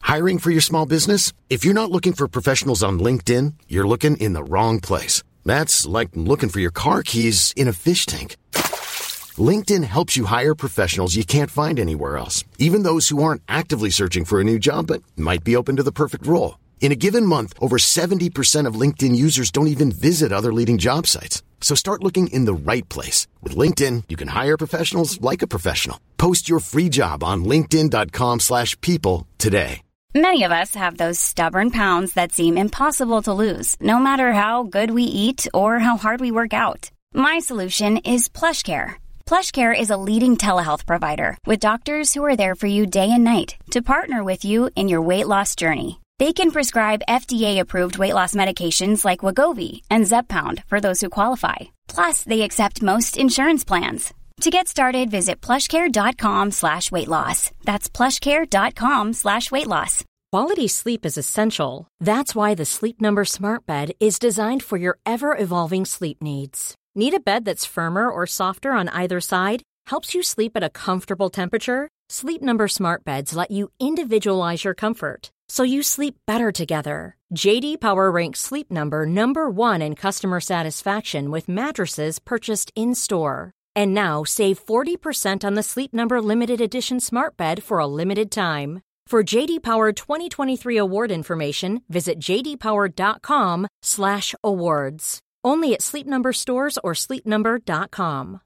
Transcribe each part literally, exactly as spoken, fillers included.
Hiring for your small business? If you're not looking for professionals on LinkedIn, you're looking in the wrong place. That's like looking for your car keys in a fish tank. LinkedIn helps you hire professionals you can't find anywhere else, even those who aren't actively searching for a new job but might be open to the perfect role. In a given month, over seventy percent of LinkedIn users don't even visit other leading job sites. So start looking in the right place. With LinkedIn, you can hire professionals like a professional. Post your free job on linkedin dot com slash people today. Many of us have those stubborn pounds that seem impossible to lose, no matter how good we eat or how hard we work out. My solution is PlushCare. PlushCare is a leading telehealth provider with doctors who are there for you day and night to partner with you in your weight loss journey. They can prescribe F D A-approved weight loss medications like Wegovy and Zepbound for those who qualify. Plus, they accept most insurance plans. To get started, visit plushcare.com slash weight loss. That's plushcare.com slash weight loss. Quality sleep is essential. That's why the Sleep Number Smart Bed is designed for your ever-evolving sleep needs. Need a bed that's firmer or softer on either side? Helps you sleep at a comfortable temperature? Sleep Number Smart Beds let you individualize your comfort, so you sleep better together. J D Power ranks Sleep Number number one in customer satisfaction with mattresses purchased in-store. And now, save forty percent on the Sleep Number Limited Edition Smart Bed for a limited time. For J D Power twenty twenty-three award information, visit jdpower.com slash awards. Only at Sleep Number stores or sleep number dot com.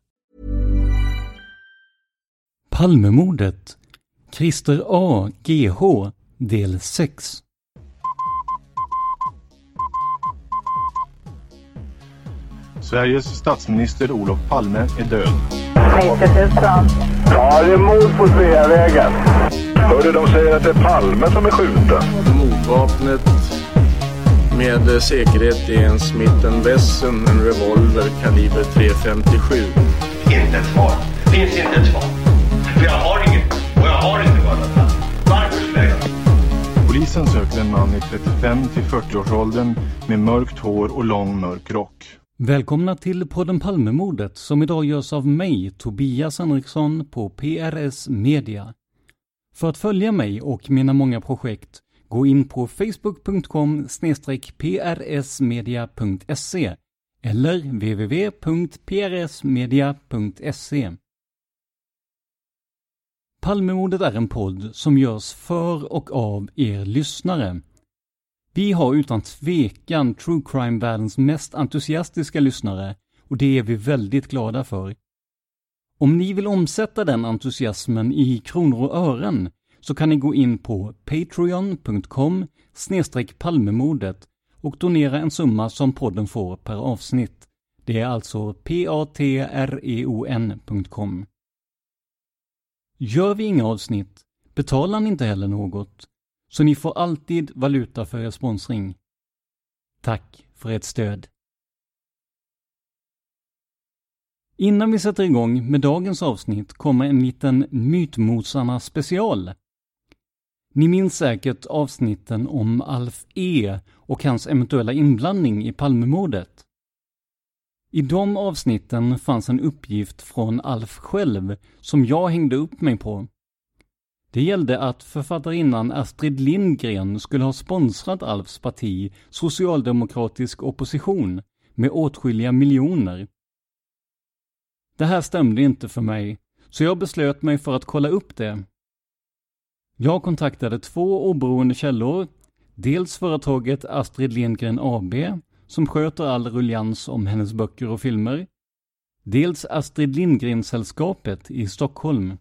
Palmemordet. Christer A. G H. Del sex. Sveriges statsminister Olof Palme är död. nittio tusen. Ja, det är mord på Sveavägen. Hörde de säger att det är Palme som är skjuten. Mordvapnet med säkerhet är en Smith and Wesson, en revolver kaliber tre femtiosju. Inte ett svar. Det finns inte ett svar. För jag har inget. Och jag har inte varit. Varför skulle jag? Polisen söker en man i trettiofem till fyrtio-årsåldern med mörkt hår och lång mörk rock. Välkomna till podden Palmemordet som idag görs av mig, Tobias Henriksson på P R S Media. För att följa mig och mina många projekt, gå in på facebook punkt com slash p r s media punkt se eller w w w punkt p r s media punkt se. Palmemordet är en podd som görs för och av er lyssnare. Vi har utan tvekan True Crime-världens mest entusiastiska lyssnare och det är vi väldigt glada för. Om ni vill omsätta den entusiasmen i kronor och ören så kan ni gå in på patreon punkt com slash palmemordet och donera en summa som podden får per avsnitt. Det är alltså patreon punkt com. Gör vi inga avsnitt betalar ni inte heller något, så ni får alltid valuta för er sponsring. Tack för ert stöd. Innan vi sätter igång med dagens avsnitt kommer en liten Mytmosarna special. Ni minns säkert avsnitten om Alf E och hans eventuella inblandning i Palmemordet. I de avsnitten fanns en uppgift från Alf själv som jag hängde upp mig på. Det gällde att författarinnan Astrid Lindgren skulle ha sponsrat Alfs parti Socialdemokratisk opposition med åtskilliga miljoner. Det här stämde inte för mig, så jag beslöt mig för att kolla upp det. Jag kontaktade två oberoende källor, dels företaget Astrid Lindgren A B som sköter all ruljans om hennes böcker och filmer, dels Astrid Lindgren-sällskapet i Stockholm.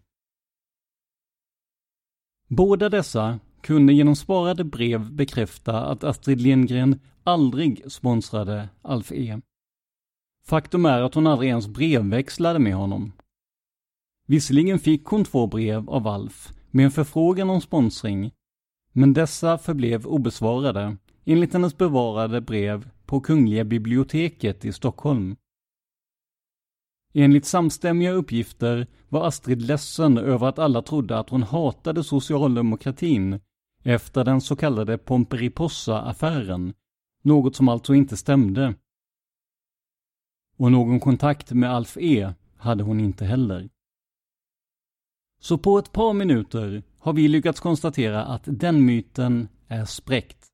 Båda dessa kunde genom sparade brev bekräfta att Astrid Lindgren aldrig sponsrade Alf E. Faktum är att hon aldrig ens brevväxlade med honom. Visserligen fick hon två brev av Alf med en förfrågan om sponsring, men dessa förblev obesvarade enligt hennes bevarade brev på Kungliga biblioteket i Stockholm. Enligt samstämmiga uppgifter var Astrid ledsen över att alla trodde att hon hatade socialdemokratin efter den så kallade Pomperipossa-affären, något som alltså inte stämde. Och någon kontakt med Alf E hade hon inte heller. Så på ett par minuter har vi lyckats konstatera att den myten är spräckt.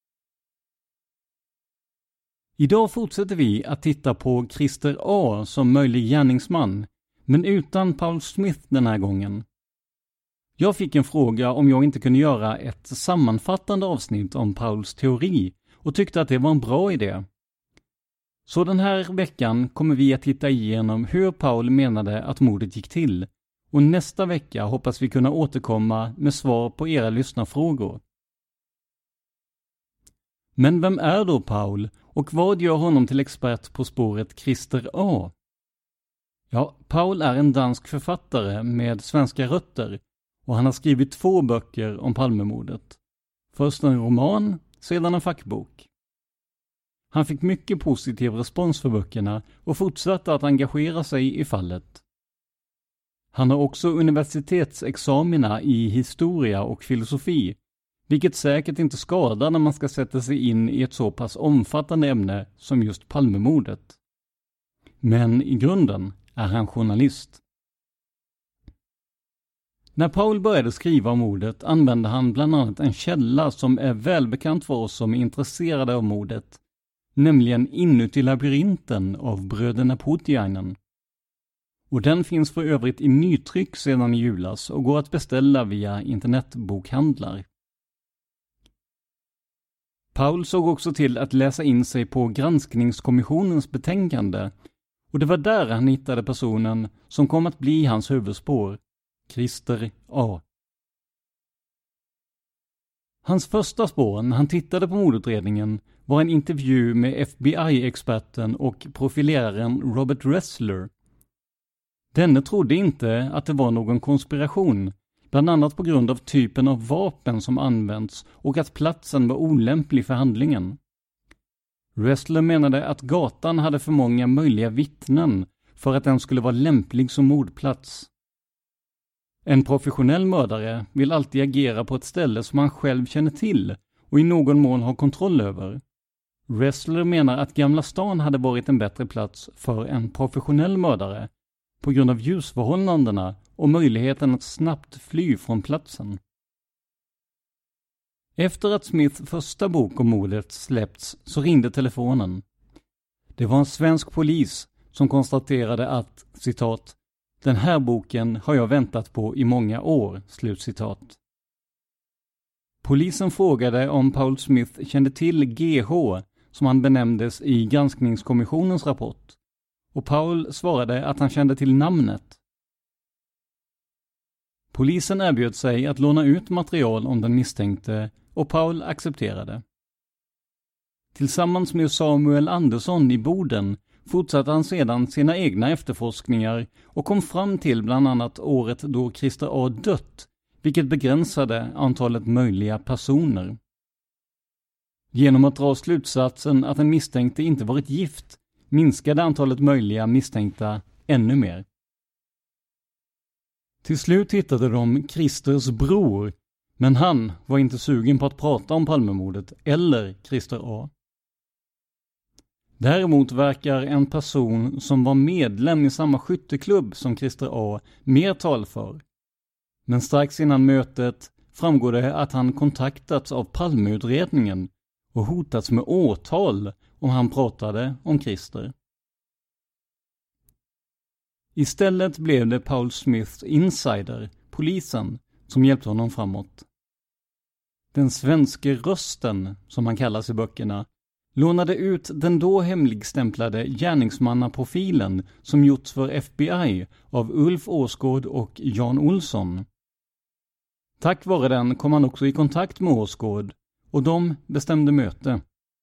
Idag fortsätter vi att titta på Christer A. som möjlig gärningsman, men utan Paul Smith den här gången. Jag fick en fråga om jag inte kunde göra ett sammanfattande avsnitt om Pauls teori och tyckte att det var en bra idé. Så den här veckan kommer vi att titta igenom hur Paul menade att mordet gick till, och nästa vecka hoppas vi kunna återkomma med svar på era lyssnarfrågor. Men vem är då Paul och vad gör honom till expert på spåret Christer A? Ja, Paul är en dansk författare med svenska rötter och han har skrivit två böcker om Palmemordet. Först en roman, sedan en fackbok. Han fick mycket positiv respons för böckerna och fortsatte att engagera sig i fallet. Han har också universitetsexamina i historia och filosofi, vilket säkert inte skadar när man ska sätta sig in i ett så pass omfattande ämne som just Palmemordet. Men i grunden är han journalist. När Paul började skriva om mordet använde han bland annat en källa som är välbekant för oss som är intresserade av mordet, nämligen Inuti labyrinten av bröderna Putiainen. Och den finns för övrigt i nytryck sedan i julas och går att beställa via internetbokhandlar. Paul såg också till att läsa in sig på granskningskommissionens betänkande, och det var där han hittade personen som kom att bli hans huvudspår, Christer A. Hans första spår när han tittade på mordutredningen var en intervju med F B I-experten och profileraren Robert Ressler. Denne trodde inte att det var någon konspiration, bland annat på grund av typen av vapen som används och att platsen var olämplig för handlingen. Ressler menade att gatan hade för många möjliga vittnen för att den skulle vara lämplig som mordplats. En professionell mördare vill alltid agera på ett ställe som han själv känner till och i någon mån har kontroll över. Ressler menar att Gamla stan hade varit en bättre plats för en professionell mördare på grund av ljusförhållandena och möjligheten att snabbt fly från platsen. Efter att Smiths första bok om mordet släppts så ringde telefonen. Det var en svensk polis som konstaterade att, citat, den här boken har jag väntat på i många år, slutcitat. Polisen frågade om Paul Smith kände till G H, som han benämndes i granskningskommissionens rapport, och Paul svarade att han kände till namnet. Polisen erbjöd sig att låna ut material om den misstänkte och Paul accepterade. Tillsammans med Samuel Andersson i Boden fortsatte han sedan sina egna efterforskningar och kom fram till bland annat året då Christer A dött, vilket begränsade antalet möjliga personer. Genom att dra slutsatsen att en misstänkte inte varit gift minskade antalet möjliga misstänkta ännu mer. Till slut hittade de Christers bror, men han var inte sugen på att prata om Palmemordet eller Christer A. Däremot verkar en person som var medlem i samma skytteklubb som Christer A mer talför. Men strax innan mötet framgår det att han kontaktats av Palmeutredningen och hotats med åtal om han pratade om Christer. Istället blev det Paul Smiths insider, polisen, som hjälpte honom framåt. Den svenske rösten, som han kallas i böckerna, lånade ut den då hemligstämplade gärningsmannaprofilen som gjorts för F B I av Ulf Åsgård och Jan Olsson. Tack vare den kom han också i kontakt med Åsgård och de bestämde möte.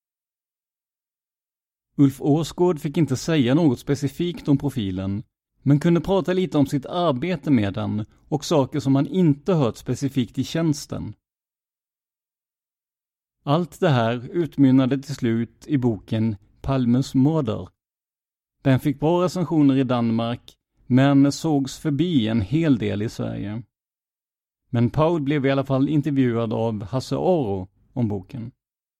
Ulf Åsgård fick inte säga något specifikt om profilen, men kunde prata lite om sitt arbete med den och saker som han inte hört specifikt i tjänsten. Allt det här utmynnade till slut i boken Palmes mörder. Den fick bra recensioner i Danmark, men sågs förbi en hel del i Sverige. Men Paul blev i alla fall intervjuad av Hasse Aro om boken.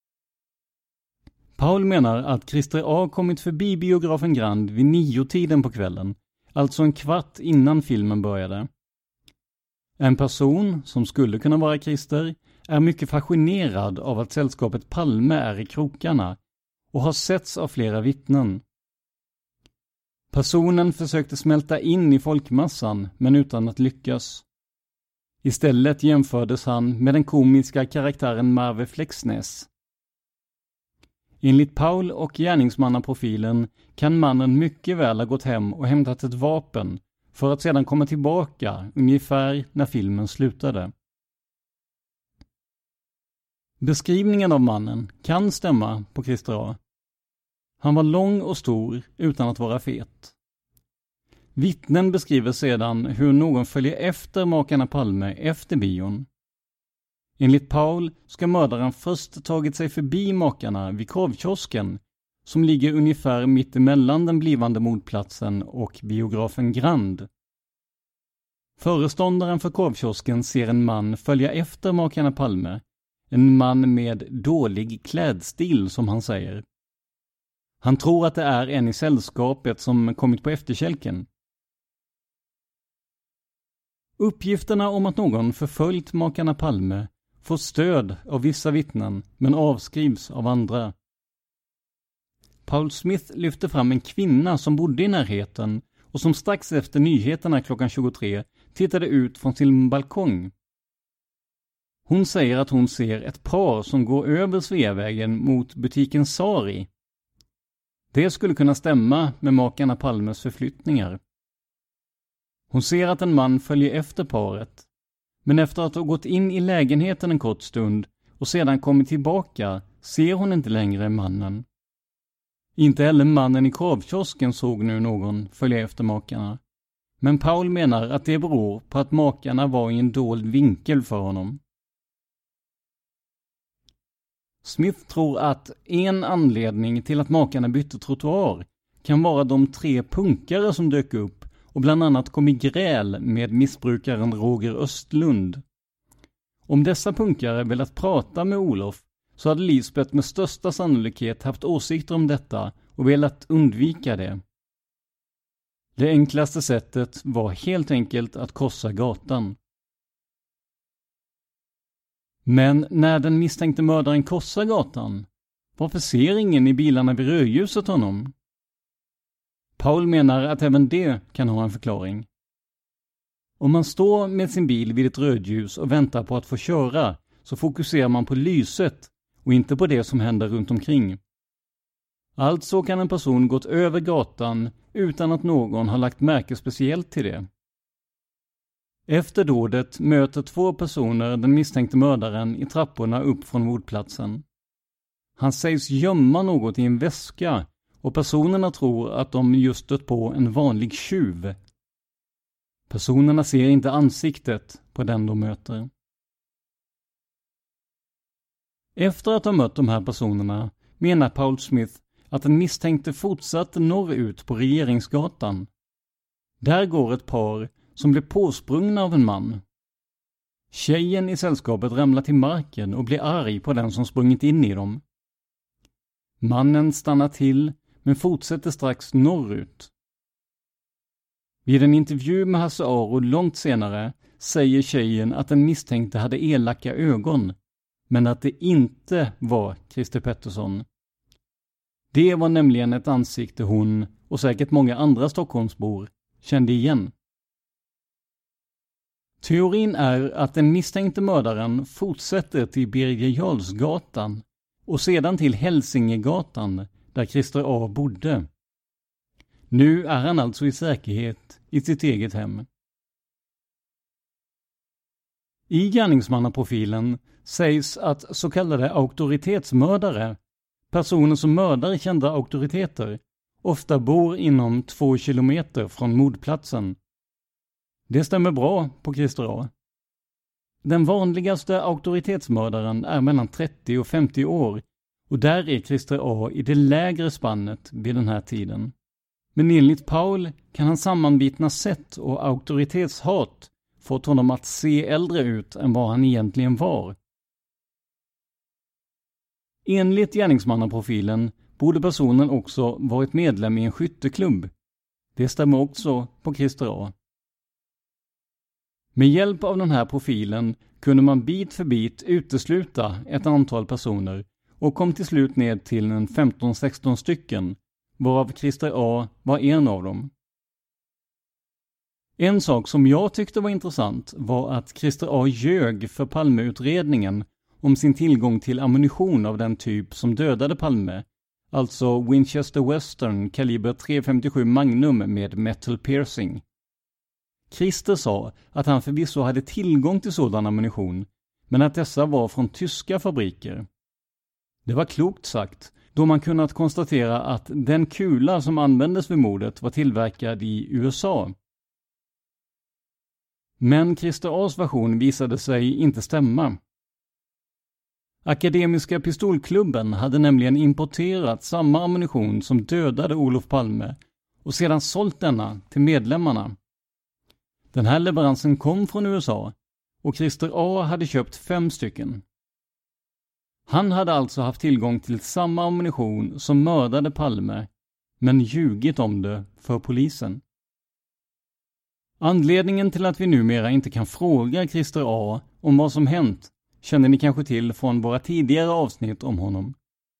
Paul menar att Christer A kommit förbi biografen Grand vid nio tiden på kvällen, alltså en kvart innan filmen började. En person som skulle kunna vara Christer är mycket fascinerad av att sällskapet Palme är i krokarna och har setts av flera vittnen. Personen försökte smälta in i folkmassan men utan att lyckas. Istället jämfördes han med den komiska karaktären Marve Flexnäs. Enligt Paul och gärningsmannaprofilen kan mannen mycket väl ha gått hem och hämtat ett vapen för att sedan komma tillbaka ungefär när filmen slutade. Beskrivningen av mannen kan stämma på Christer A. Han var lång och stor utan att vara fet. Vittnen beskriver sedan hur någon följer efter makarna Palme efter bion. Enligt Paul ska mördaren först tagit sig förbi makarna vid korvkiosken som ligger ungefär mitt emellan den blivande mordplatsen och biografen Grand. Föreståndaren för korvkiosken ser en man följa efter makarna Palme, en man med dålig klädstil som han säger. Han tror att det är en i sällskapet som kommit på efterkälken. Uppgifterna om att någon förföljt makarna Palme får stöd av vissa vittnen men avskrivs av andra. Paul Smith lyfter fram en kvinna som bodde i närheten och som strax efter nyheterna klockan tjugotre tittade ut från sin balkong. Hon säger att hon ser ett par som går över Sveavägen mot butiken Sari. Det skulle kunna stämma med makarna Palmes förflyttningar. Hon ser att en man följer efter paret, men efter att ha gått in i lägenheten en kort stund och sedan kommit tillbaka ser hon inte längre mannen. Inte heller mannen i korvkiosken såg nu någon följa efter makarna, men Paul menar att det beror på att makarna var i en dold vinkel för honom. Smith tror att en anledning till att makarna bytte trottoar kan vara de tre punkare som dök upp och bland annat kom i gräl med missbrukaren Roger Östlund. Om dessa punkare velat prata med Olof så hade Lisbeth med största sannolikhet haft åsikter om detta och velat undvika det. Det enklaste sättet var helt enkelt att korsa gatan. Men när den misstänkte mördaren korsar gatan, varför ser ingen i bilarna vid rödljuset honom? Paul menar att även det kan ha en förklaring. Om man står med sin bil vid ett rödljus och väntar på att få köra så fokuserar man på lyset och inte på det som händer runt omkring. Alltså kan en person gått över gatan utan att någon har lagt märke speciellt till det. Efter dådet möter två personer den misstänkte mördaren i trapporna upp från mordplatsen. Han sägs gömma något i en väska och personerna tror att de just stött på en vanlig tjuv. Personerna ser inte ansiktet på den de möter. Efter att ha mött de här personerna menar Paul Smith att den misstänkte fortsatte norrut på Regeringsgatan. Där går ett par som blir påsprungna av en man. Tjejen i sällskapet ramlar till marken och blir arg på den som sprungit in i dem. Mannen stannar till men fortsätter strax norrut. Vid en intervju med Hasse Aro långt senare säger tjejen att den misstänkte hade elaka ögon, men att det inte var Christer Pettersson. Det var nämligen ett ansikte hon och säkert många andra Stockholmsbor kände igen. Teorin är att den misstänkte mördaren fortsätter till Birger Jarlsgatan och sedan till Hälsingegatan där Christer A bodde. Nu är han alltså i säkerhet i sitt eget hem. I gärningsmannaprofilen sägs att så kallade auktoritetsmördare, personer som mördar kända auktoriteter, ofta bor inom två kilometer från mordplatsen. Det stämmer bra på Christer A. Den vanligaste auktoritetsmördaren är mellan trettio och femtio år och där är Christer A i det lägre spannet vid den här tiden. Men enligt Paul kan han sammanbitna sätt och auktoritetshat fått honom att se äldre ut än vad han egentligen var. Enligt gärningsmannaprofilen borde personen också varit medlem i en skytteklubb. Det stämmer också på Christer A. Med hjälp av den här profilen kunde man bit för bit utesluta ett antal personer och kom till slut ned till en femton sexton stycken, varav Christer A var en av dem. En sak som jag tyckte var intressant var att Christer A ljög för Palmeutredningen om sin tillgång till ammunition av den typ som dödade Palme, alltså Winchester Western kaliber tre femtiosju Magnum med metal piercing. Christer sa att han förvisso hade tillgång till sådan ammunition, men att dessa var från tyska fabriker. Det var klokt sagt, då man kunnat konstatera att den kula som användes vid mordet var tillverkad i U S A. Men Christer A's version visade sig inte stämma. Akademiska pistolklubben hade nämligen importerat samma ammunition som dödade Olof Palme och sedan sålt denna till medlemmarna. Den här leveransen kom från U S A och Christer A hade köpt fem stycken. Han hade alltså haft tillgång till samma ammunition som mördade Palme, men ljugit om det för polisen. Anledningen till att vi numera inte kan fråga Christer A om vad som hänt känner ni kanske till från våra tidigare avsnitt om honom.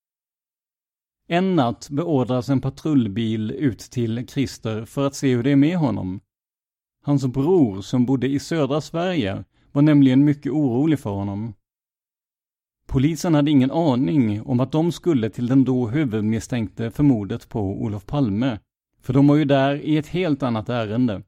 En natt beordras en patrullbil ut till Christer för att se hur det är med honom. Hans bror som bodde i södra Sverige var nämligen mycket orolig för honom. Polisen hade ingen aning om att de skulle till den då huvudmisstänkte för mordet på Olof Palme, för de var ju där i ett helt annat ärende.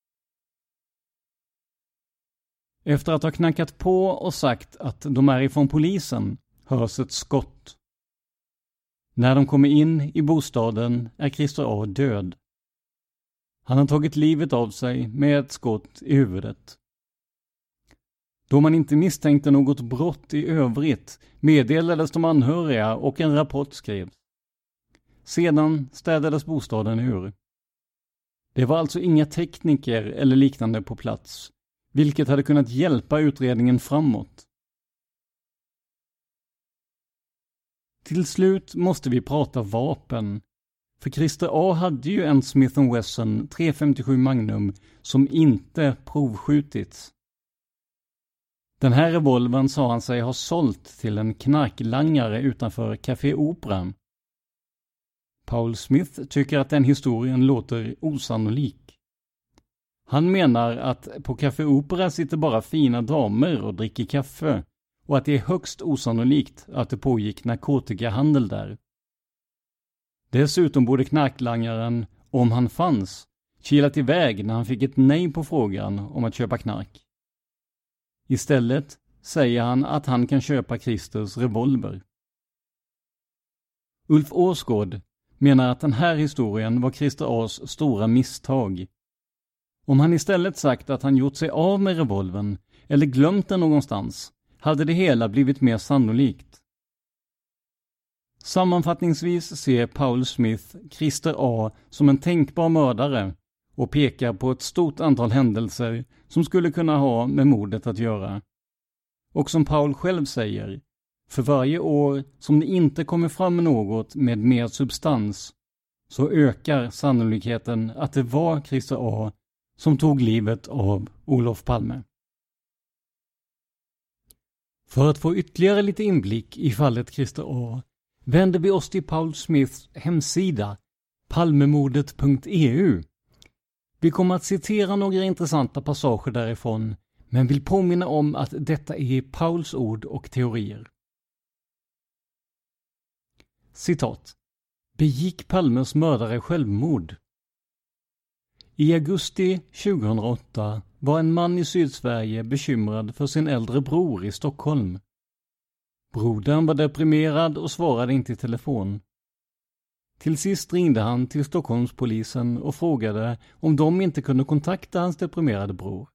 Efter att ha knackat på och sagt att de är ifrån polisen hörs ett skott. När de kommer in i bostaden är Christer A död. Han har tagit livet av sig med ett skott i huvudet. Då man inte misstänkte något brott i övrigt meddelades de anhöriga och en rapport skrevs. Sedan städades bostaden ur. Det var alltså inga tekniker eller liknande på plats, vilket hade kunnat hjälpa utredningen framåt. Till slut måste vi prata vapen. För Christer A hade ju en Smith and Wesson tre femtiosju Magnum som inte provskjutits. Den här revolvern sa han sig ha sålt till en knarklangare utanför Café Opera. Paul Smith tycker att den historien låter osannolik. Han menar att på Café Opera sitter bara fina damer och dricker kaffe och att det är högst osannolikt att det pågick narkotikahandel där. Dessutom borde knarklangaren, om han fanns, kilat iväg när han fick ett nej på frågan om att köpa knark. Istället säger han att han kan köpa Christers revolver. Ulf Åsgård menar att den här historien var Christer A's stora misstag. Om han istället sagt att han gjort sig av med revolvern eller glömt den någonstans hade det hela blivit mer sannolikt. Sammanfattningsvis ser Paul Smith Christer A som en tänkbar mördare och pekar på ett stort antal händelser som skulle kunna ha med mordet att göra. Och som Paul själv säger, för varje år som det inte kommer fram något med mer substans så ökar sannolikheten att det var Christer A som tog livet av Olof Palme. För att få ytterligare lite inblick i fallet Christer A vänder vi oss till Paul Smiths hemsida palmemordet punkt e u. Vi kommer att citera några intressanta passager därifrån, men vill påminna om att detta är Pauls ord och teorier. Citat. Begick Palmes mördare självmord? I augusti tjugohundraåtta var en man i Sydsverige bekymrad för sin äldre bror i Stockholm. Brodern var deprimerad och svarade inte i telefon. Till sist ringde han till Stockholmspolisen och frågade om de inte kunde kontakta hans deprimerade bror.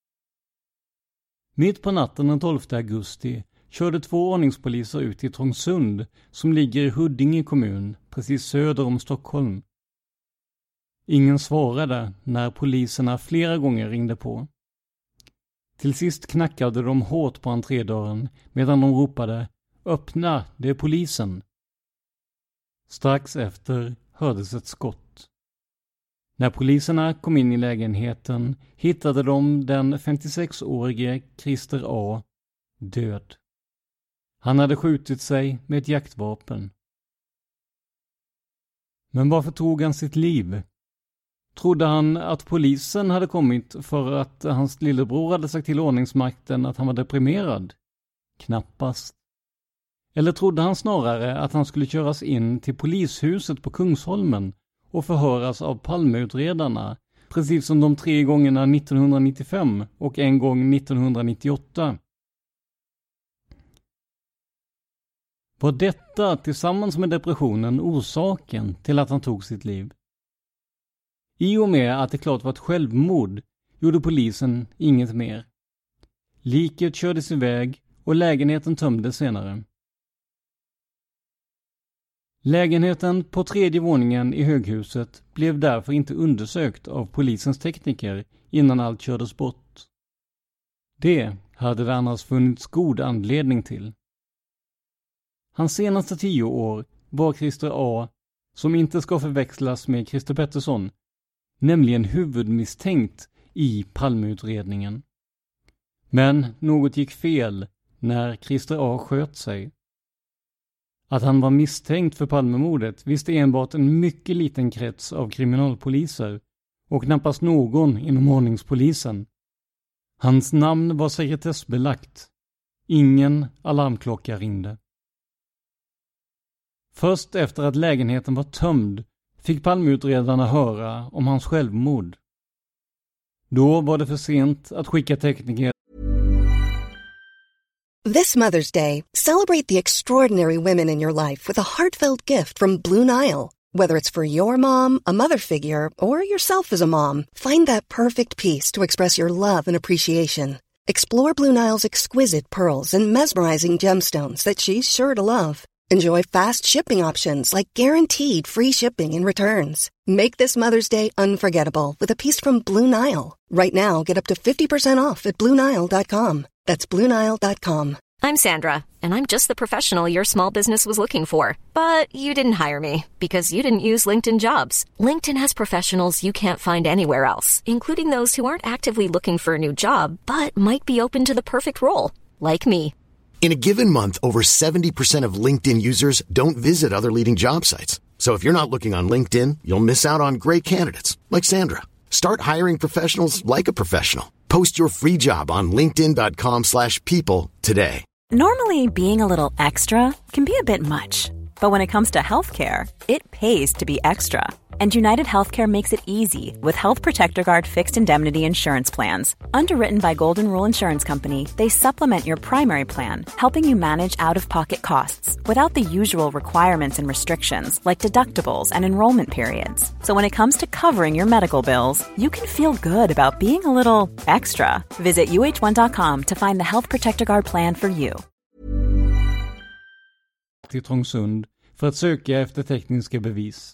Mitt på natten den tolfte augusti körde två ordningspoliser ut i Trångsund som ligger i Huddinge kommun precis söder om Stockholm. Ingen svarade när poliserna flera gånger ringde på. Till sist knackade de hårt på entrédörren medan de ropade "Öppna, det är polisen!" Strax efter hördes ett skott. När poliserna kom in i lägenheten hittade de den femtiosex-årige Christer A. död. Han hade skjutit sig med ett jaktvapen. Men varför tog han sitt liv? Trodde han att polisen hade kommit för att hans lillebror hade sagt till ordningsmakten att han var deprimerad? Knappast. Eller trodde han snarare att han skulle köras in till polishuset på Kungsholmen och förhöras av Palmeutredarna, precis som de tre gångerna nittonhundranittiofem och en gång nittonhundranittioåtta? Var detta tillsammans med depressionen orsaken till att han tog sitt liv? I och med att det klart var ett självmord gjorde polisen inget mer. Liket kördes iväg och lägenheten tömdes senare. Lägenheten på tredje våningen i höghuset blev därför inte undersökt av polisens tekniker innan allt kördes bort. Det hade det annars funnits god anledning till. Hans senaste tio år var Christer A., som inte ska förväxlas med Christer Pettersson, nämligen huvudmisstänkt i Palmeutredningen. Men något gick fel när Christer A. sköt sig. Att han var misstänkt för Palmemordet visste enbart en mycket liten krets av kriminalpoliser och knappast någon inom ordningspolisen. Hans namn var sekretessbelagt. Ingen alarmklocka ringde. Först efter att lägenheten var tömd fick Palmeutredarna höra om hans självmord. Då var det för sent att skicka tekniker. This Mother's Day, celebrate the extraordinary women in your life with a heartfelt gift from Blue Nile. Whether it's for your mom, a mother figure, or yourself as a mom, find that perfect piece to express your love and appreciation. Explore Blue Nile's exquisite pearls and mesmerizing gemstones that she's sure to love. Enjoy fast shipping options like guaranteed free shipping and returns. Make this Mother's Day unforgettable with a piece from Blue Nile. Right now, get up to fifty percent off at blue nile dot com. That's blue nile dot com. I'm Sandra, and I'm just the professional your small business was looking for. But you didn't hire me because you didn't use LinkedIn Jobs. LinkedIn has professionals you can't find anywhere else, including those who aren't actively looking for a new job, but might be open to the perfect role, like me. In a given month, over seventy percent of LinkedIn users don't visit other leading job sites. So if you're not looking on LinkedIn, you'll miss out on great candidates like Sandra. Start hiring professionals like a professional. Post your free job on linkedin dot com slash people today. Normally, being a little extra can be a bit much, but when it comes to healthcare, it pays to be extra. And United Healthcare makes it easy with Health Protector Guard fixed indemnity insurance plans. Underwritten by Golden Rule Insurance Company, they supplement your primary plan, helping you manage out-of-pocket costs without the usual requirements and restrictions like deductibles and enrollment periods. So when it comes to covering your medical bills, you can feel good about being a little extra. Visit U H one dot com to find the Health Protector Guard plan for you. Till Trångsund för att söka efter tekniska bevis.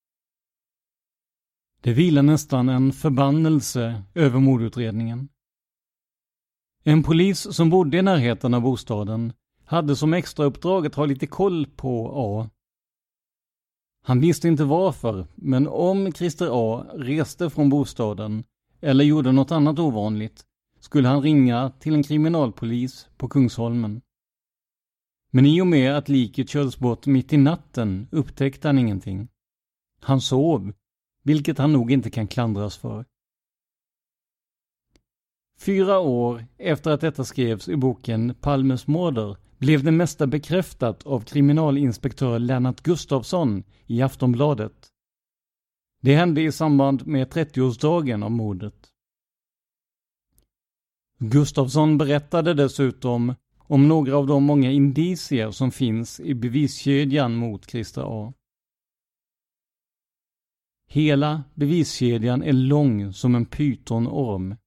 Det vilar nästan en förbannelse över mordutredningen. En polis som bodde i närheten av bostaden hade som extra uppdrag att ha lite koll på A. Han visste inte varför, men om Christer A reste från bostaden eller gjorde något annat ovanligt skulle han ringa till en kriminalpolis på Kungsholmen. Men i och med att liket kördes bort mitt i natten upptäckte han ingenting. Han sov, vilket han nog inte kan klandras för. Fyra år efter att detta skrevs i boken Palmes morder blev det mesta bekräftat av kriminalinspektör Lennart Gustafsson i Aftonbladet. Det hände i samband med trettioårsdagen av mordet. Gustafsson berättade dessutom om några av de många indicier som finns i beviskedjan mot Christer A. Hela beviskedjan är lång som en pytonorm.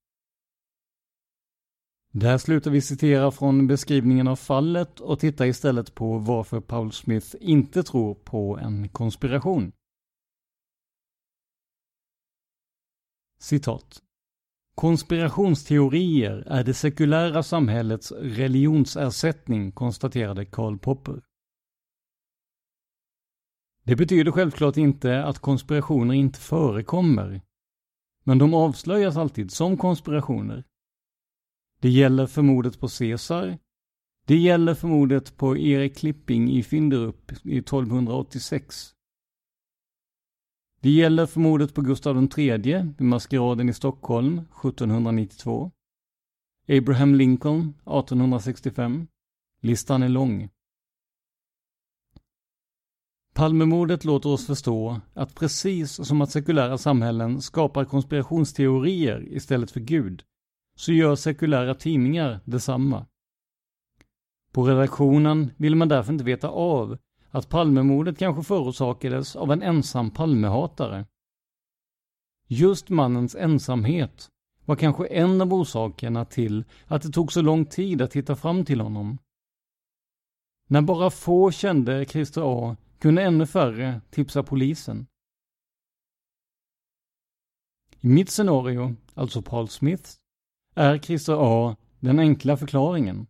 Där slutar vi citera från beskrivningen av fallet och tittar istället på varför Paul Smith inte tror på en konspiration. Citat. Konspirationsteorier är det sekulära samhällets religionsersättning, konstaterade Karl Popper. Det betyder självklart inte att konspirationer inte förekommer, men de avslöjas alltid som konspirationer. Det gäller för mordet på Caesar. Det gäller för mordet på Erik Klipping i Finderup i tolvhundraåttiosex. Det gäller för mordet på Gustav den tredje vid maskeraden i Stockholm sjuttonhundranittiotvå. Abraham Lincoln artonhundrasextiofem. Listan är lång. Palmemordet låter oss förstå att precis som att sekulära samhällen skapar konspirationsteorier istället för Gud, så gör sekulära tidningar detsamma. På redaktionen vill man därför inte veta av att Palmemordet kanske förorsakades av en ensam Palmehatare. Just mannens ensamhet var kanske en av orsakerna till att det tog så lång tid att hitta fram till honom. När bara få kände Christer A kunde ännu färre tipsa polisen. I mitt scenario, alltså Paul Smith, är Christer A den enkla förklaringen.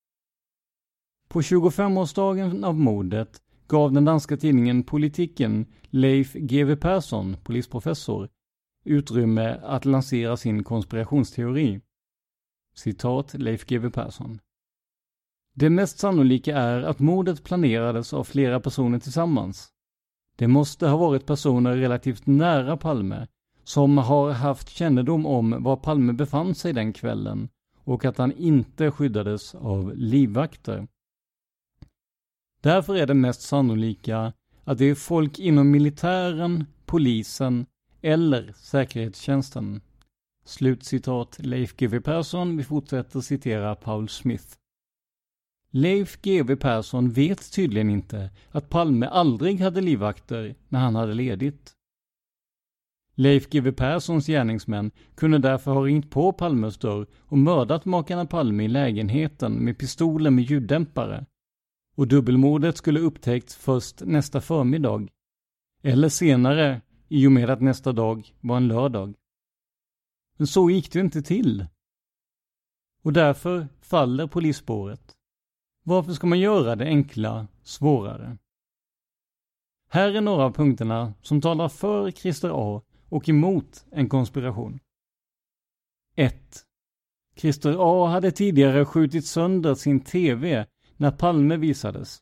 På tjugofemårsdagen av mordet gav den danska tidningen Politiken Leif G W Persson, polisprofessor, utrymme att lansera sin konspirationsteori. Citat Leif G W Persson. Det mest sannolika är att mordet planerades av flera personer tillsammans. Det måste ha varit personer relativt nära Palme som har haft kännedom om var Palme befann sig den kvällen och att han inte skyddades av livvakter. Därför är det mest sannolika att det är folk inom militären, polisen eller säkerhetstjänsten. Slutcitat Leif G W Persson. Vi fortsätter citera Paul Smith. Leif G W Persson vet tydligen inte att Palme aldrig hade livvakter när han hade ledigt. Leif G W Perssons gärningsmän kunde därför ha ringt på Palmes dörr och mördat makarna Palme i lägenheten med pistoler med ljuddämpare. Och dubbelmordet skulle upptäckts först nästa förmiddag. Eller senare, i och med att nästa dag var en lördag. Men så gick det inte till. Och därför faller polisspåret. Varför ska man göra det enkla svårare? Här är några av punkterna som talar för Christer A och emot en konspiration. ett. Christer A hade tidigare skjutit sönder sin tv när Palme visades.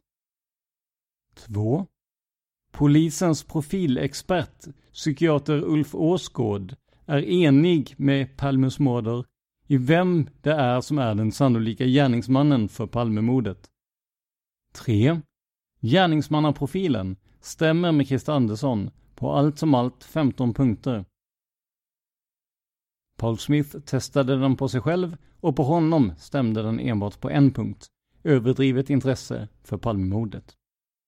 två. Polisens profilexpert, psykiater Ulf Åsgård, är enig med Palmes morder i vem det är som är den sannolika gärningsmannen för Palmemordet. tre. Gärningsmannaprofilen stämmer med Christer Andersson på allt som allt femton punkter. Paul Smith testade den på sig själv och på honom stämde den enbart på en punkt. Överdrivet intresse för Palmemordet.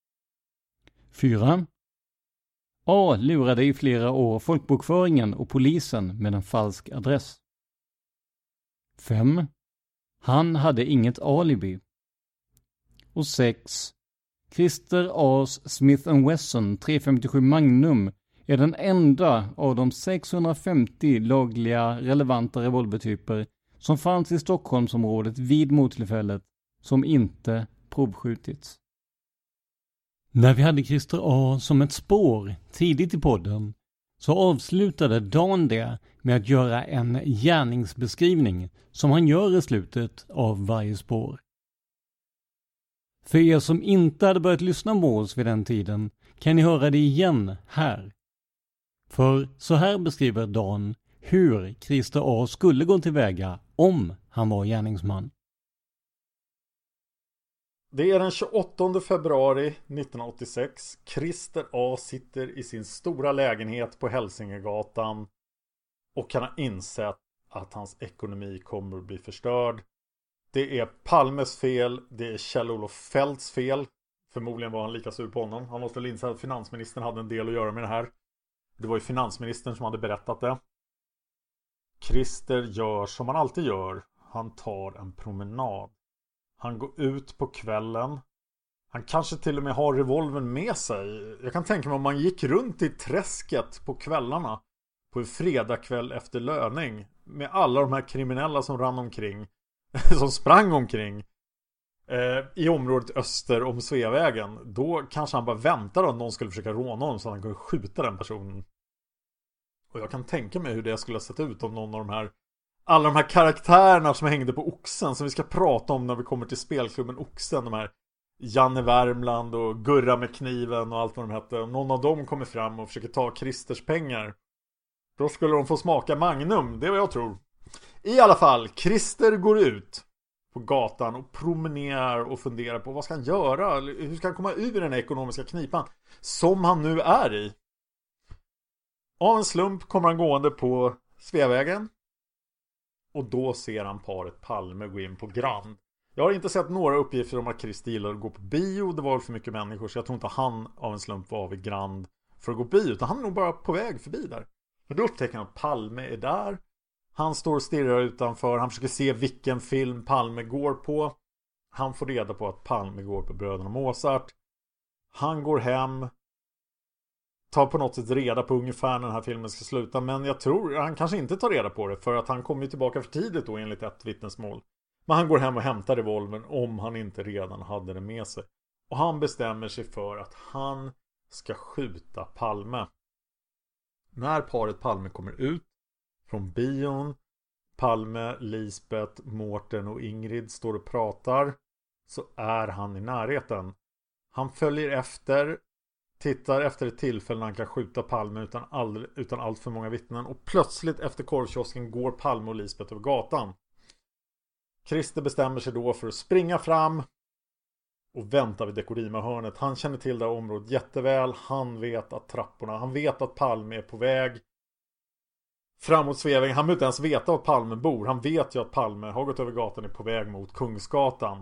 fyra. A lurade i flera år folkbokföringen och polisen med en falsk adress. fem. Han hade inget alibi. Och sex. Christer A's Smith and Wesson tre femtiosju Magnum är den enda av de sexhundrafemtio lagliga relevanta revolvertyper som fanns i Stockholmsområdet vid mordtillfället som inte provskjutits. När vi hade Christer A som ett spår tidigt i podden så avslutade Dan det med att göra en gärningsbeskrivning som han gör i slutet av varje spår. För er som inte hade börjat lyssna på oss vid den tiden kan ni höra det igen här. För så här beskriver Dan hur Christer A skulle gå tillväga om han var gärningsman. Det är den tjugoåttonde februari nittonhundraåttiosex. Christer A sitter i sin stora lägenhet på Hälsingegatan och kan ha insett att hans ekonomi kommer att bli förstörd. Det är Palmes fel, det är Kjell-Olof Feldts fel. Förmodligen var han lika sur på honom. Han måste väl inse att finansministern hade en del att göra med det här. Det var ju finansministern som hade berättat det. Christer gör som han alltid gör. Han tar en promenad. Han går ut på kvällen. Han kanske till och med har revolvern med sig. Jag kan tänka mig om man gick runt i träsket på kvällarna på en fredagkväll efter löning med alla de här kriminella som rann omkring, som sprang omkring eh, i området öster om Sveavägen. Då kanske han bara väntade om någon skulle försöka råna honom så att han kunde skjuta den personen. Och jag kan tänka mig hur det skulle ha sett ut om någon av de här, alla de här karaktärerna som hängde på Oxen, som vi ska prata om när vi kommer till spelklubben Oxen, de här Janne Värmland och Gurra med kniven och allt vad de hette. Om någon av dem kommer fram och försöker ta Christers pengar, då skulle de få smaka Magnum, det är vad jag tror. I alla fall, Christer går ut på gatan och promenerar och funderar på vad ska han göra? Hur ska han komma ur den här ekonomiska knipan som han nu är i? Av en slump kommer han gående på Sveavägen. Och då ser han paret Palme gå in på Grand. Jag har inte sett några uppgifter om att Christer gillar att gå på bio. Det var väl för mycket människor, så jag tror inte han av en slump var vid Grand för att gå på bio, utan han är nog bara på väg förbi där. Men då upptäcker han att Palme är där. Han står och stirrar utanför. Han försöker se vilken film Palme går på. Han får reda på att Palme går på Bröderna Mozart. Han går hem, tar på något sätt reda på ungefär när den här filmen ska sluta. Men jag tror han kanske inte tar reda på det, för att han kommer ju tillbaka för tidigt då enligt ett vittnesmål. Men han går hem och hämtar revolvern om han inte redan hade det med sig. Och han bestämmer sig för att han ska skjuta Palme. När paret Palme kommer ut från bion, Palme, Lisbeth, Mårten och Ingrid står och pratar, så är han i närheten. Han följer efter, tittar efter ett tillfälle när han kan skjuta Palme utan, all, utan allt för många vittnen, och plötsligt efter korvkiosken går Palme och Lisbeth över gatan. Christer bestämmer sig då för att springa fram och vänta vid Dekorima-hörnet. Han känner till det här området jätteväl. Han vet att trapporna, han vet att Palme är på väg framåt Sveavägen. Han behöver inte ens veta var Palme bor. Han vet ju att Palme har gått över gatan och är på väg mot Kungsgatan.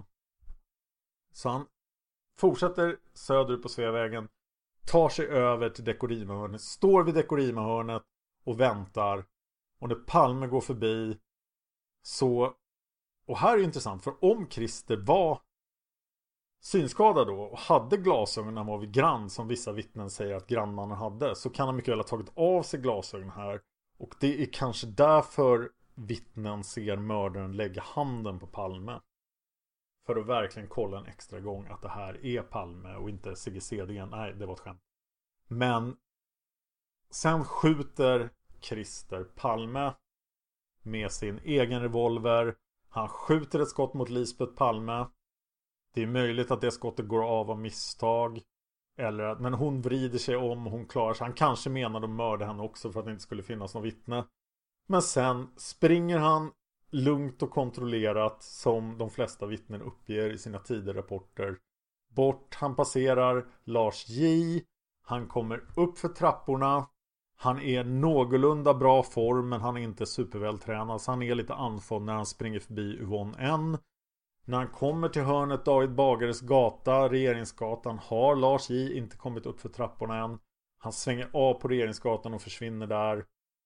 Så han fortsätter söderut på Sveavägen, tar sig över till Dekorima-hörnet, står vid Dekorima-hörnet och väntar. Och när Palme går förbi så... Och här är det intressant, för om Christer var synskadad då och hade glasögon när han var vid Grand, som vissa vittnen säger att grannmannen hade, så kan han mycket väl ha tagit av sig glasögon här. Och det är kanske därför vittnen ser mördaren lägga handen på Palme. För att verkligen kolla en extra gång att det här är Palme och inte C G C D. Nej, det var ett skämt. Men sen skjuter Christer Palme med sin egen revolver. Han skjuter ett skott mot Lisbeth Palme. Det är möjligt att det skottet går av av misstag. Eller att, men hon vrider sig om och hon klarar sig. Han kanske menade att mörda henne också för att det inte skulle finnas någon vittne. Men sen springer han lugnt och kontrollerat, som de flesta vittnen uppger i sina tidigare rapporter, bort. Han passerar Lars J. Han kommer upp för trapporna. Han är någorlunda bra form, men han är inte supervältränad, så han är lite andfådd när han springer förbi Yvonne N. När han kommer till hörnet David Bagares gata, Regeringsgatan, har Lars J inte kommit upp för trapporna än. Han svänger av på Regeringsgatan och försvinner där.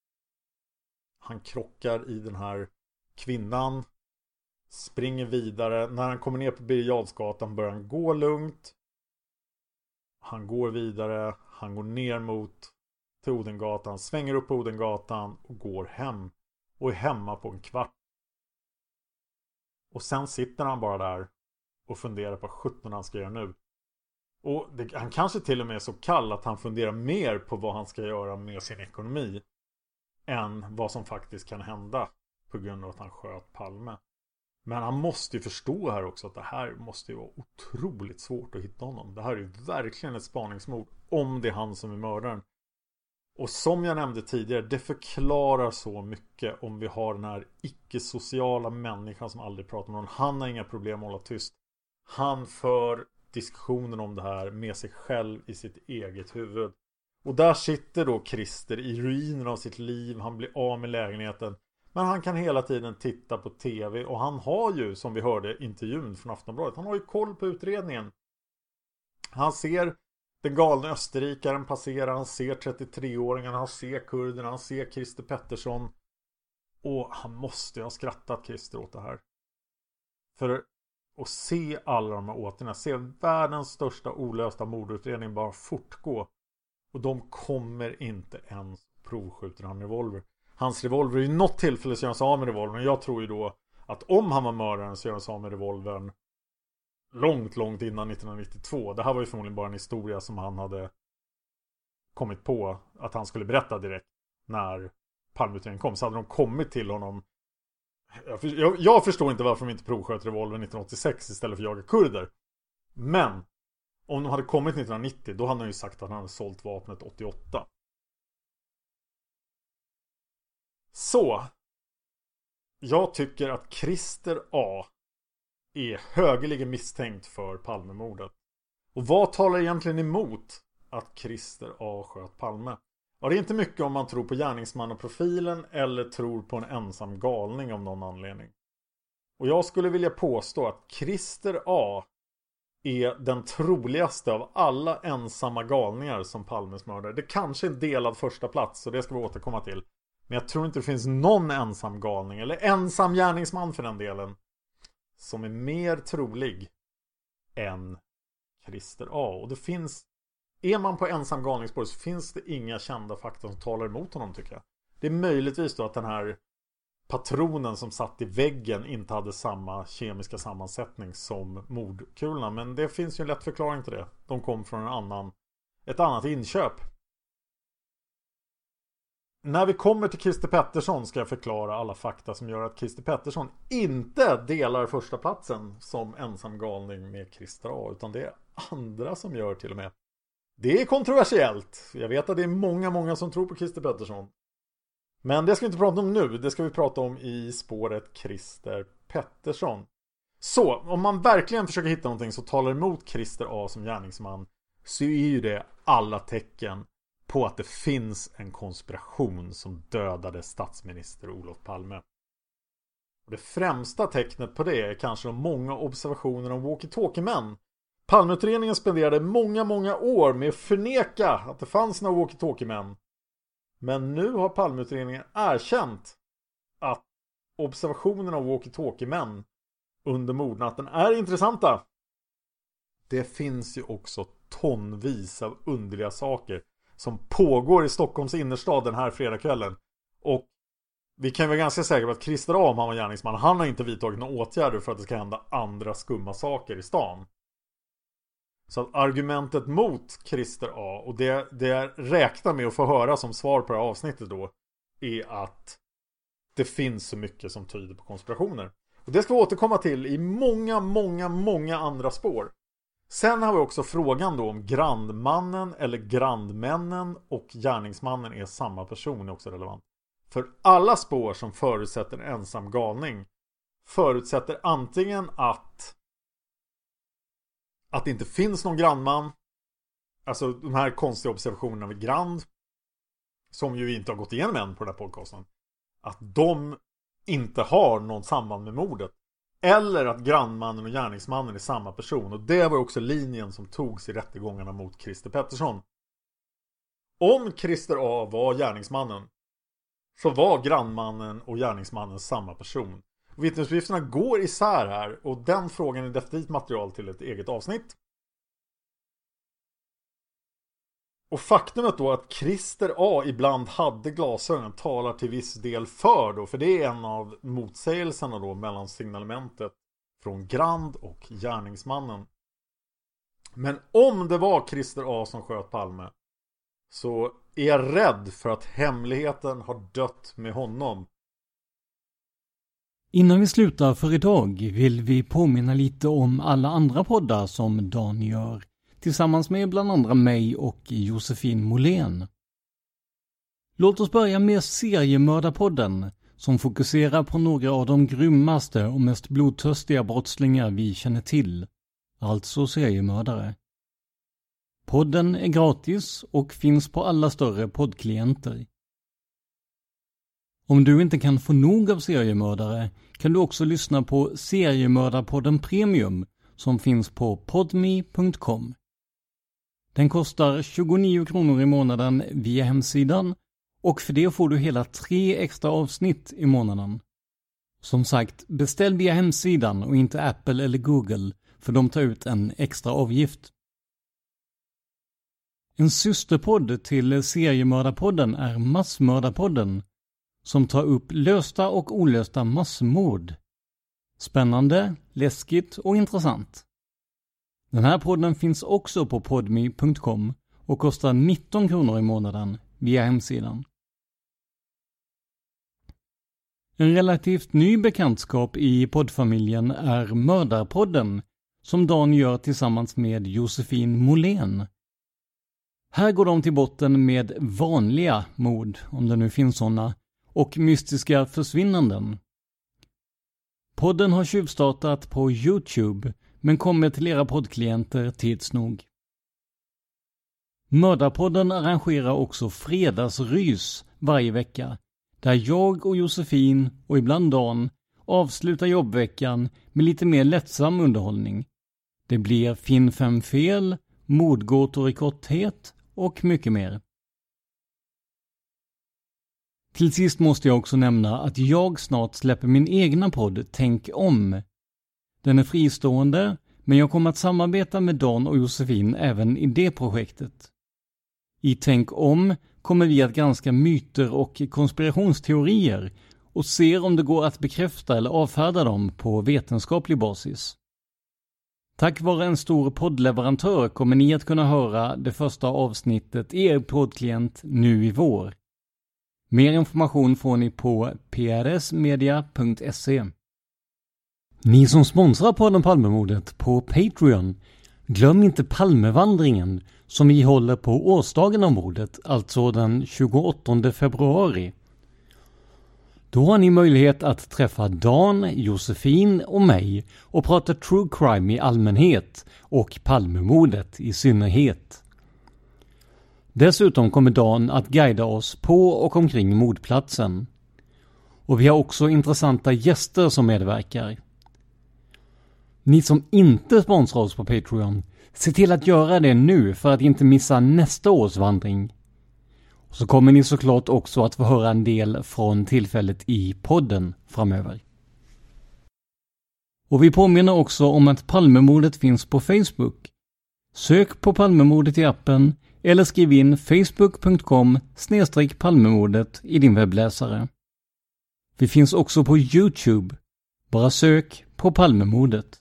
Han krockar i den här kvinnan, springer vidare. När han kommer ner på Birger Jarlsgatan börjar han gå lugnt. Han går vidare, han går ner mot till Odengatan, svänger upp på Odengatan och går hem. Och är hemma på en kvart. Och sen sitter han bara där och funderar på vad sjutton han ska göra nu. Och det, han kanske till och med är så kall att han funderar mer på vad han ska göra med sin ekonomi än vad som faktiskt kan hända på grund av att han sköt Palme. Men han måste ju förstå här också att det här måste ju vara otroligt svårt att hitta honom. Det här är ju verkligen ett spaningsmord om det är han som är mördaren. Och som jag nämnde tidigare, det förklarar så mycket om vi har den här icke-sociala människan som aldrig pratar med någon. Han har inga problem att hålla tyst. Han för diskussionen om det här med sig själv i sitt eget huvud. Och där sitter då Christer i ruinen av sitt liv. Han blir av med lägenheten. Men han kan hela tiden titta på tv. Och han har ju, som vi hörde i intervjun från Aftonbladet, han har ju koll på utredningen. Han ser den galna österrikaren passera. Han ser trettiotre-åringen. Han ser kurderna. Han ser Christer Pettersson. Och han måste ha skrattat Christer åt det här. För att se alla de här återna. Se världens största olösta mordutredning bara fortgå. Och de kommer inte ens provskjuta han revolver. Hans revolver är ju något tillfälle så gör han sig av med revolvern. Jag tror ju då att om han var mördaren så gör han sig av med revolvern långt, långt innan nittonhundranittiotvå. Det här var ju förmodligen bara en historia som han hade kommit på att han skulle berätta direkt. när Palmeutredningen kom. Så hade de kommit till honom. Jag, för, jag, jag förstår inte varför de inte provsköt revolvern nittonhundraåttiosex istället för att jaga kurder. Men om de hade kommit nittonhundranittio, då hade han ju sagt att han hade sålt vapnet åttioåtta. Så jag tycker att Christer A är högeligen misstänkt för Palmemordet. Och vad talar egentligen emot att Christer A sköt Palme? Ja, det är inte mycket om man tror på gärningsmannaprofilen eller tror på en ensam galning av någon anledning. Och jag skulle vilja påstå att Christer A är den troligaste av alla ensamma galningar som Palmes mördare. Det kanske är en delad första plats, så det ska vi återkomma till. Men jag tror inte det finns någon ensam galning, eller ensam gärningsman för den delen, som är mer trolig än Christer A. Och det finns, är man på ensam galningsspår så finns det inga kända fakta som talar emot honom, tycker jag. Det är möjligtvis då att den här patronen som satt i väggen inte hade samma kemiska sammansättning som mordkulorna. Men det finns ju en lätt förklaring till det. De kom från en annan, ett annat inköp. När vi kommer till Christer Pettersson ska jag förklara alla fakta som gör att Christer Pettersson inte delar första platsen som ensam galning med Christer A, utan det är andra som gör till och med. Det är kontroversiellt. Jag vet att det är många, många som tror på Christer Pettersson. Men det ska vi inte prata om nu. Det ska vi prata om i spåret Christer Pettersson. Så, om man verkligen försöker hitta någonting som talar emot Christer A som gärningsman, så är ju det alla tecken på att det finns en konspiration som dödade statsminister Olof Palme. Och det främsta tecknet på det är kanske de många observationerna om walkie-talkie-män. Palmeutredningen spenderade många, många år med att förneka att det fanns några walkie-talkie-män. Men nu har Palmeutredningen erkänt att observationerna av walkie-talkie-män under mordnatten är intressanta. Det finns ju också tonvis av underliga saker som pågår i Stockholms innerstad den här fredagskvällen. Och vi kan vara ganska säkra på att Christer A, om han var gärningsman, han har inte vidtagit några åtgärder för att det ska hända andra skumma saker i stan. Så att argumentet mot Christer A, och det, det jag räknar med att få höra som svar på det här avsnittet då, är att det finns så mycket som tyder på konspirationer. Och det ska vi återkomma till i många, många, många andra spår. Sen har vi också frågan då om grandmannen eller grandmännen och gärningsmannen är samma person, är också relevant. För alla spår som förutsätter en ensam galning förutsätter antingen att att det inte finns någon grandman, alltså de här konstiga observationerna vid Grand, som ju inte har gått igenom än på den här podcasten, att de inte har någon samband med mordet. Eller att grannmannen och gärningsmannen är samma person. Och det var också linjen som togs i rättegångarna mot Christer Pettersson. Om Christer A var gärningsmannen, så var grannmannen och gärningsmannen samma person. Vittnesuppgifterna går isär här, och den frågan är definitivt material till ett eget avsnitt. Och faktumet då att Christer A ibland hade glasögon talar till viss del för då, för det är en av motsägelserna då mellan signalementet från Grand och gärningsmannen. Men om det var Christer A som sköt Palme, så är jag rädd för att hemligheten har dött med honom. Innan vi slutar för idag vill vi påminna lite om alla andra poddar som Dan gör, tillsammans med bland andra mig och Josefin Molén. Låt oss börja med Seriemördarpodden, som fokuserar på några av de grymmaste och mest blodtörstiga brottslingar vi känner till, alltså seriemördare. Podden är gratis och finns på alla större poddklienter. Om du inte kan få nog av seriemördare kan du också lyssna på Seriemördarpodden Premium som finns på podme punkt com. Den kostar tjugonio kronor i månaden via hemsidan, och för det får du hela tre extra avsnitt i månaden. Som sagt, beställ via hemsidan och inte Apple eller Google, för de tar ut en extra avgift. En systerpodd till Seriemördarpodden är Massmördarpodden, som tar upp lösta och olösta massmord. Spännande, läskigt och intressant. Den här podden finns också på podme punkt com och kostar nitton kronor i månaden via hemsidan. En relativt ny bekantskap i poddfamiljen är Mördarpodden, som Dan gör tillsammans med Josefin Måhlén. Här går de till botten med vanliga mord, om det nu finns sådana, och mystiska försvinnanden. Podden har tjuvstartat på YouTube, men kommer till era poddklienter tids nog. Mördarpodden arrangerar också fredagsrys varje vecka, där jag och Josefin och ibland Dan avslutar jobbveckan med lite mer lättsam underhållning. Det blir Finn fem fel, mordgåtor i korthet och mycket mer. Till sist måste jag också nämna att jag snart släpper min egna podd Tänk om. Den är fristående, men jag kommer att samarbeta med Dan och Josefin även i det projektet. I Tänk om kommer vi att granska myter och konspirationsteorier och se om det går att bekräfta eller avfärda dem på vetenskaplig basis. Tack vare en stor poddleverantör kommer ni att kunna höra det första avsnittet i er poddklient nu i vår. Mer information får ni på p r s media punkt se. Ni som sponsrar podden Palmemordet på Patreon, glöm inte Palmevandringen som vi håller på årsdagen av mordet, alltså den tjugoåttonde februari. Då har ni möjlighet att träffa Dan, Josefin och mig och prata true crime i allmänhet och Palmemordet i synnerhet. Dessutom kommer Dan att guida oss på och omkring mordplatsen. Och vi har också intressanta gäster som medverkar. Ni som inte sponsrar oss på Patreon, se till att göra det nu för att inte missa nästa års vandring. Och så kommer ni såklart också att få höra en del från tillfället i podden framöver. Och vi påminner också om att Palmemordet finns på Facebook. Sök på Palmemordet i appen eller skriv in facebook punkt com slash palmemordet i din webbläsare. Vi finns också på YouTube. Bara sök på Palmemordet.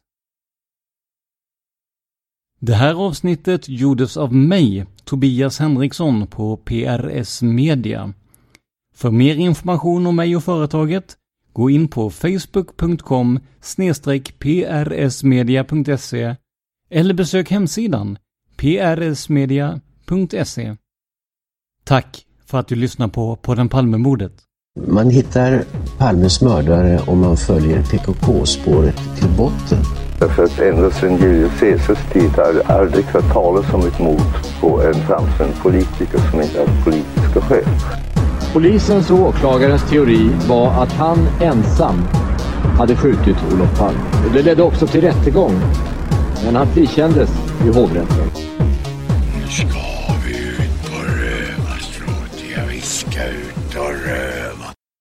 Det här avsnittet gjordes av mig, Tobias Henriksson på P R S Media. För mer information om mig och företaget, gå in på facebook punkt com slash p r s media punkt se eller besök hemsidan p r s media punkt se. Tack för att du lyssnar på podden Palmemordet. Man hittar Palmes mördare om man följer P K K-spåret till botten. Därför att ända sedan Julius Caesars tid har det aldrig hört talas om ett mord på en framstående politiker som inte hade politiska skäl. Polisens och åklagarens teori var att han ensam hade skjutit Olof Palme. Det ledde också till rättegång, men han frikändes i hovrätten. Nu ska vi ut på rövarstråt. Ja, vi ska ut och röva.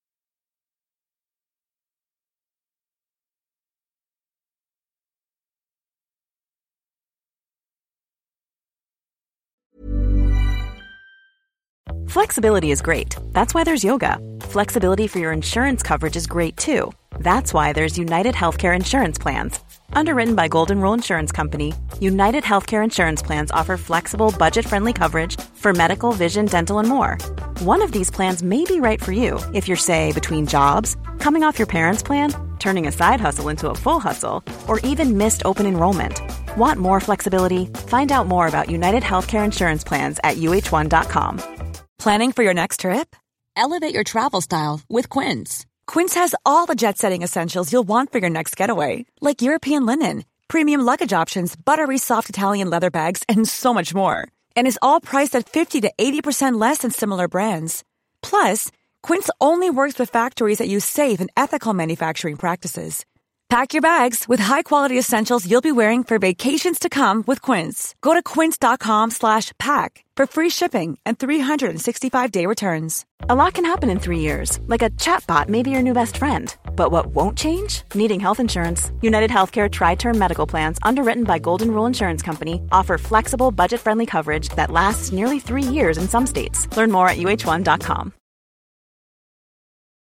Flexibility is great. That's why there's yoga. Flexibility for your insurance coverage is great too. That's why there's United Healthcare Insurance Plans. Underwritten by Golden Rule Insurance Company, United Healthcare Insurance Plans offer flexible, budget-friendly coverage for medical, vision, dental, and more. One of these plans may be right for you if you're, say, between jobs, coming off your parents' plan, turning a side hustle into a full hustle, or even missed open enrollment. Want more flexibility? Find out more about United Healthcare Insurance Plans at u h one dot com. Planning for your next trip? Elevate your travel style with Quince. Quince has all the jet-setting essentials you'll want for your next getaway, like European linen, premium luggage options, buttery soft Italian leather bags, and so much more. And is all priced at fifty to eighty percent less than similar brands. Plus, Quince only works with factories that use safe and ethical manufacturing practices. Pack your bags with high-quality essentials you'll be wearing for vacations to come with Quince. Go to quince dot com slash pack for free shipping and three sixty-five day returns. A lot can happen in three years, like a chatbot may be your new best friend. But what won't change? Needing health insurance. United Healthcare Tri-Term Medical Plans, underwritten by Golden Rule Insurance Company, offer flexible, budget-friendly coverage that lasts nearly three years in some states. Learn more at u h one dot com.